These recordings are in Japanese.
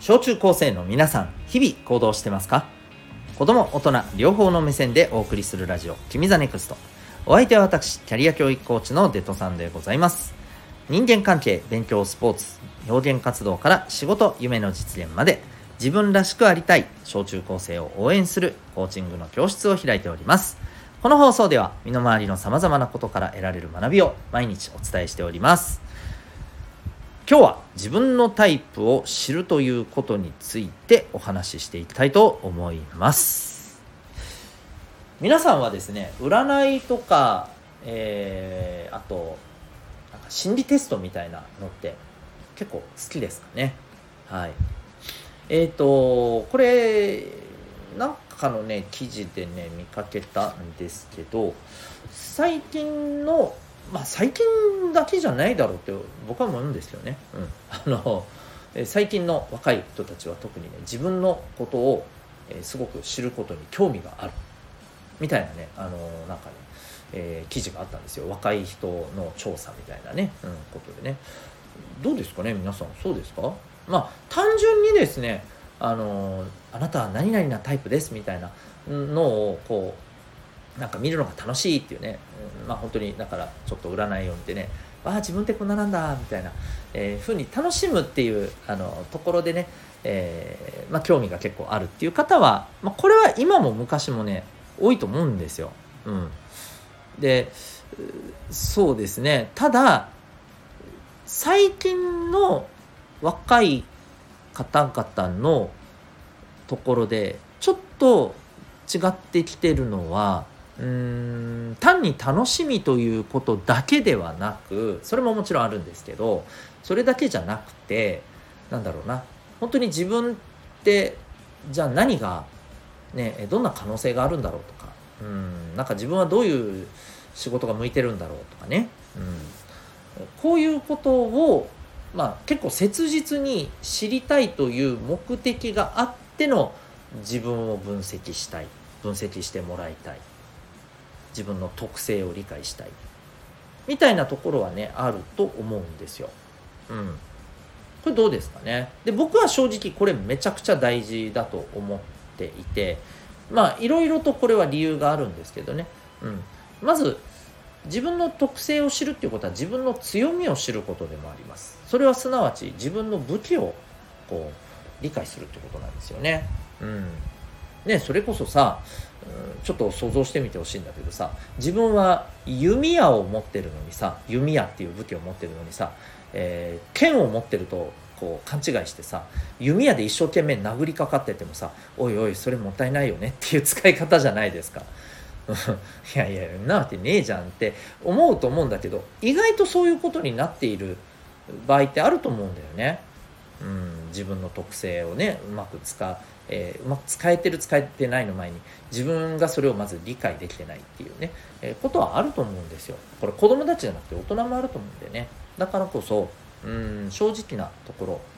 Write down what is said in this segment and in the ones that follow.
小中高生の皆さん、日々行動してますか？子供大人両方の目線でお送りするラジオ、君ザネクスト。お相手は私、キャリア教育コーチのデトさんでございます。人間関係、勉強、スポーツ、表現活動から仕事、夢の実現まで、自分らしくありたい小中高生を応援するコーチングの教室を開いております。この放送では身の回りの様々なことから得られる学びを毎日お伝えしております。今日は自分のタイプを知るということについてお話ししていきたいと思います。皆さんはですね、占いとか、あとなんか心理テストみたいなのって結構好きですかね。はい。これなんかのね記事でね見かけたんですけど、最近の最近だけじゃないだろうって僕は思うんですよね。最近の若い人たちは特にね、自分のことをすごく知ることに興味があるみたいなね、なんかね、記事があったんですよ。若い人の調査みたいなね、ことでね。どうですかね、皆さん。そうですか？単純にですね、あなたは何々なタイプですみたいなのをこうなんか見るのが楽しいっていうね、本当にだからちょっと占いを見てね、自分ってこんななんだみたいな、風に楽しむっていうところでね、興味が結構あるっていう方は、これは今も昔もね多いと思うんですよ。で、そうですね。ただ最近の若い方々のところでちょっと違ってきてるのは、単に楽しみということだけではなく、それももちろんあるんですけど、それだけじゃなくて、本当に自分ってじゃあ何がね、どんな可能性があるんだろうとか、なんか自分はどういう仕事が向いてるんだろうとかね、こういうことを結構切実に知りたいという目的があっての自分を分析してもらいたい、自分の特性を理解したいみたいなところはねあると思うんですよ。これどうですかね。で、僕は正直これめちゃくちゃ大事だと思っていて、いろいろとこれは理由があるんですけどね。まず自分の特性を知るっていうことは自分の強みを知ることでもあります。それはすなわち自分の武器をこう理解するってことなんですよね。それこそさ、ちょっと想像してみてほしいんだけどさ、自分は弓矢を持ってるのにさ、弓矢っていう武器を持ってるのにさ、剣を持ってるとこう勘違いしてさ、弓矢で一生懸命殴りかかっててもさ、おいおいそれもったいないよねっていう使い方じゃないですか。いやなわけねえじゃんって思うと思うんだけど、意外とそういうことになっている場合ってあると思うんだよね。自分の特性をねうまく使えてる使えてないの前に、自分がそれをまず理解できてないっていうね、ことはあると思うんですよ。これ子供たちじゃなくて大人もあると思うんでね。だからこそ正直なところ、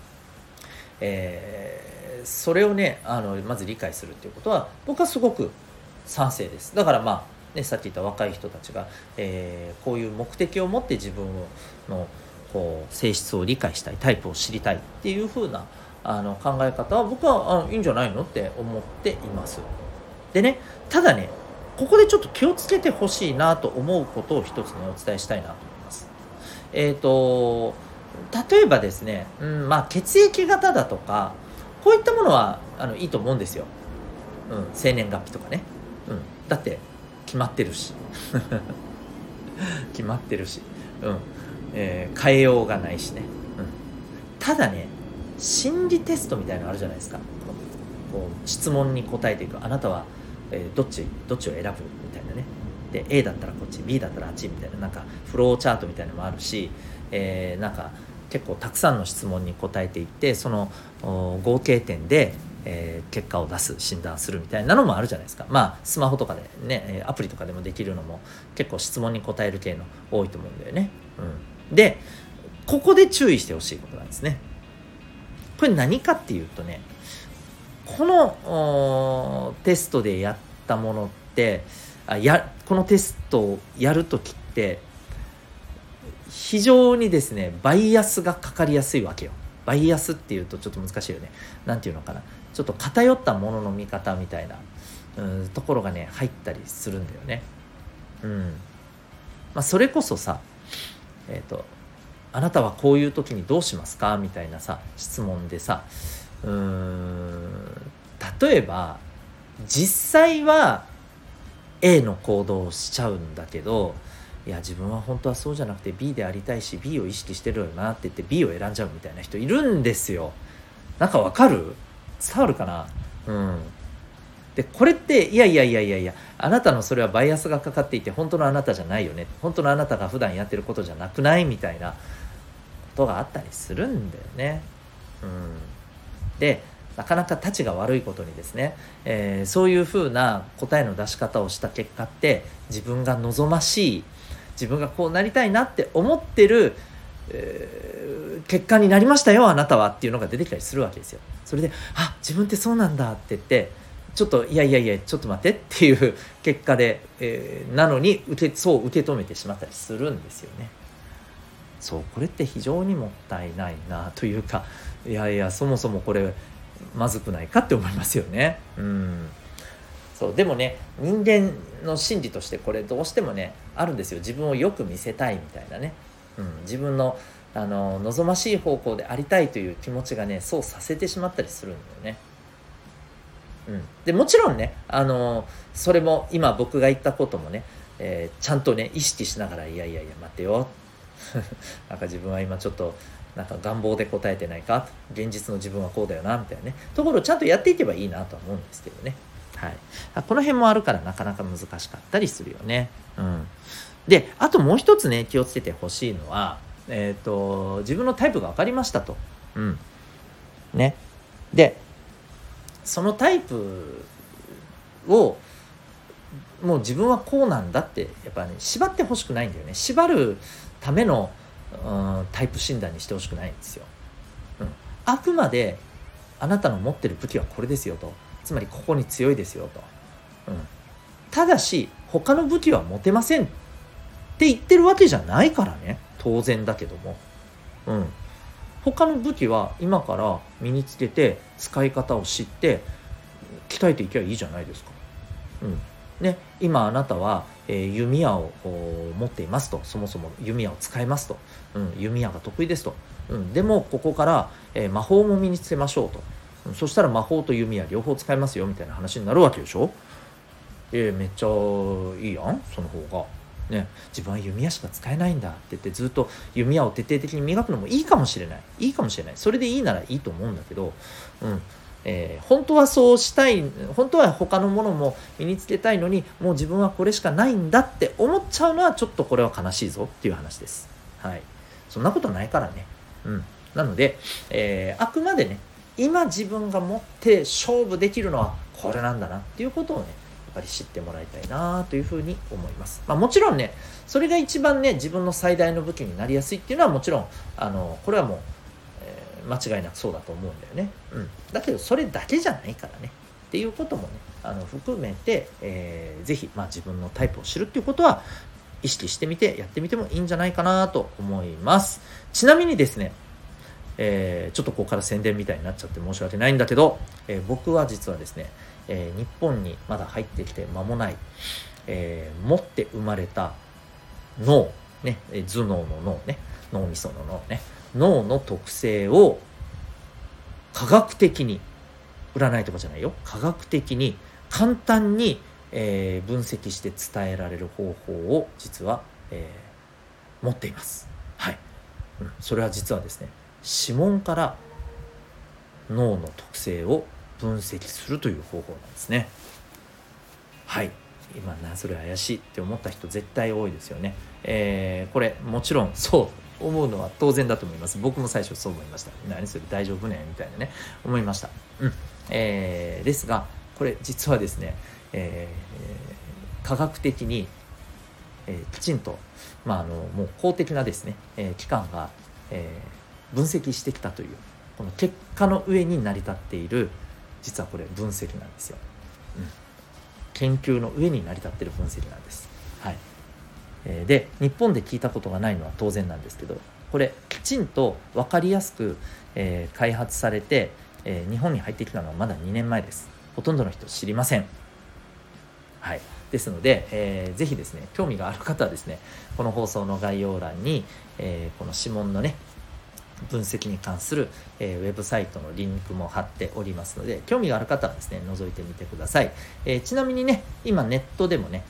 それをねまず理解するっていうことは僕はすごく賛成です。だからさっき言った若い人たちが、こういう目的を持って自分のこう性質を理解したい、タイプを知りたいっていう風な考え方は僕はいいんじゃないのって思っています。でね、ただね、ここでちょっと気をつけてほしいなと思うことを一つねお伝えしたいなと思います。例えばですね、血液型だとかこういったものはいいと思うんですよ。生年月日とかね。だって決まってるし変えようがないしね。ただね、心理テストみたいなのあるじゃないですか。こう質問に答えていく。あなたは、どっちを選ぶみたいなね。で A だったらこっち、 B だったらあっちみたいな、なんかフローチャートみたいなのもあるし、なんか結構たくさんの質問に答えていって、その合計点で結果を出す、診断するみたいなのもあるじゃないですか。スマホとかでね、アプリとかでもできるのも結構質問に答える系の多いと思うんだよね。で、ここで注意してほしいことなんですね。これ何かっていうとね、このテストでやったものってこのテストをやるときって非常にですねバイアスがかかりやすいわけよ。 バイアスっていうとちょっと難しいよね。なんていうのかな、ちょっと偏ったものの見方みたいなところがね入ったりするんだよね。それこそさ、あなたはこういう時にどうしますかみたいなさ質問でさ、例えば実際は A の行動をしちゃうんだけど、いや自分は本当はそうじゃなくて B でありたいし B を意識してるよなって言って B を選んじゃうみたいな人いるんですよ。なんかわかる？伝わるかな？でこれっていやあなたのそれはバイアスがかかっていて本当のあなたじゃないよね、本当のあなたが普段やってることじゃなくないみたいなことがあったりするんだよね。でなかなかたちが悪いことにですね、そういうふうな答えの出し方をした結果って自分が望ましい、自分がこうなりたいなって思ってる、結果になりましたよあなたはっていうのが出てきたりするわけですよ。それで自分ってそうなんだって言ってちょっといやちょっと待ってっていう結果で、なのにそう受け止めてしまったりするんですよね。そうこれって非常にもったいないなというか、そもそもこれまずくないかって思いますよね。そうでもね、人間の心理としてこれどうしてもねあるんですよ。自分をよく見せたいみたいなね、自分の望ましい方向でありたいという気持ちがねそうさせてしまったりするんだよね。でもちろんね、それも今僕が言ったこともね、ちゃんとね意識しながらいや待ってよなんか自分は今ちょっとなんか願望で答えてないか、現実の自分はこうだよなみたいなねところをちゃんとやっていけばいいなとは思うんですけどね。この辺もあるからなかなか難しかったりするよね。であともう一つね気をつけてほしいのは、自分のタイプが分かりましたと。でそのタイプをもう自分はこうなんだってやっぱね縛ってほしくないんだよね。縛るためのタイプ診断にしてほしくないんですよ。あくまであなたの持ってる武器はこれですよと、つまりここに強いですよと、ただし他の武器は持てませんって言ってるわけじゃないからね、当然だけども、他の武器は今から身につけて使い方を知って鍛えていけばいいじゃないですか。今あなたは、弓矢を持っていますと、そもそも弓矢を使いますと、弓矢が得意ですと、でもここから、魔法も身につけましょうと、そしたら魔法と弓矢両方使いますよみたいな話になるわけでしょ。めっちゃいいやんその方が。自分は弓矢しか使えないんだって言ってずっと弓矢を徹底的に磨くのもいいかもしれない、それでいいならいいと思うんだけど、本当はそうしたい、本当は他のものも身につけたいのにもう自分はこれしかないんだって思っちゃうのはちょっとこれは悲しいぞっていう話です。そんなことないからね。なので、あくまでね今自分が持って勝負できるのはこれなんだなっていうことをねやっぱり知ってもらいたいなというふうに思います。もちろんねそれが一番ね自分の最大の武器になりやすいっていうのはもちろんこれはもう、間違いなくそうだと思うんだよね。だけどそれだけじゃないからねっていうこともね含めて、ぜひ、自分のタイプを知るっていうことは意識してみてやってみてもいいんじゃないかなと思います。ちなみにですね、ちょっとここから宣伝みたいになっちゃって申し訳ないんだけど、僕は実はですね、日本にまだ入ってきて間もない、持って生まれた脳ね、頭脳の脳ね、脳みその脳ね、脳の特性を科学的に、占いとかじゃないよ、科学的に簡単に、分析して伝えられる方法を実は、持っています。それは実はですね、指紋から脳の特性を分析するという方法なんですね。今それ怪しいって思った人絶対多いですよね。これもちろんそう思うのは当然だと思います。僕も最初そう思いました。何それ大丈夫ねみたいなね思いました。ですがこれ実はですね、科学的に、きちんと、もう公的なですね、機関が、分析してきたというこの結果の上に成り立っている実はこれ分析なんですよ。研究の上に成り立っている分析なんです。で日本で聞いたことがないのは当然なんですけど、これきちんと分かりやすく、 開発されて、日本に入ってきたのはまだ2年前です。ほとんどの人知りません。はい、ですので、ぜひですね、興味がある方はですね、この放送の概要欄に、この指紋のね分析に関する、ウェブサイトのリンクも貼っておりますので、興味がある方はですね覗いてみてください。ちなみにね、今ネットでもね、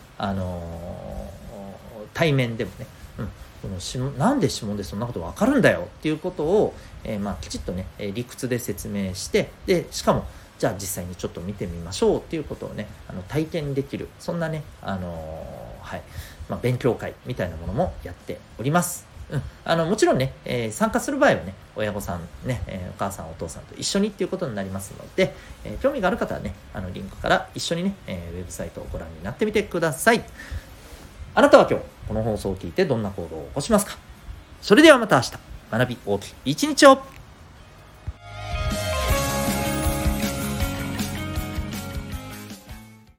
対面でもね、このなんで指紋でそんなこと分かるんだよっていうことを、きちっとね理屈で説明して、でしかもじゃあ実際にちょっと見てみましょうっていうことをね体験できる、そんなね勉強会みたいなものもやっております。もちろんね、参加する場合はね親御さんね、お母さんお父さんと一緒にっていうことになりますので、興味がある方はねリンクから一緒にね、ウェブサイトをご覧になってみてください。あなたは今日この放送を聞いてどんな行動を起こしますか？それではまた明日、学び大きい一日を。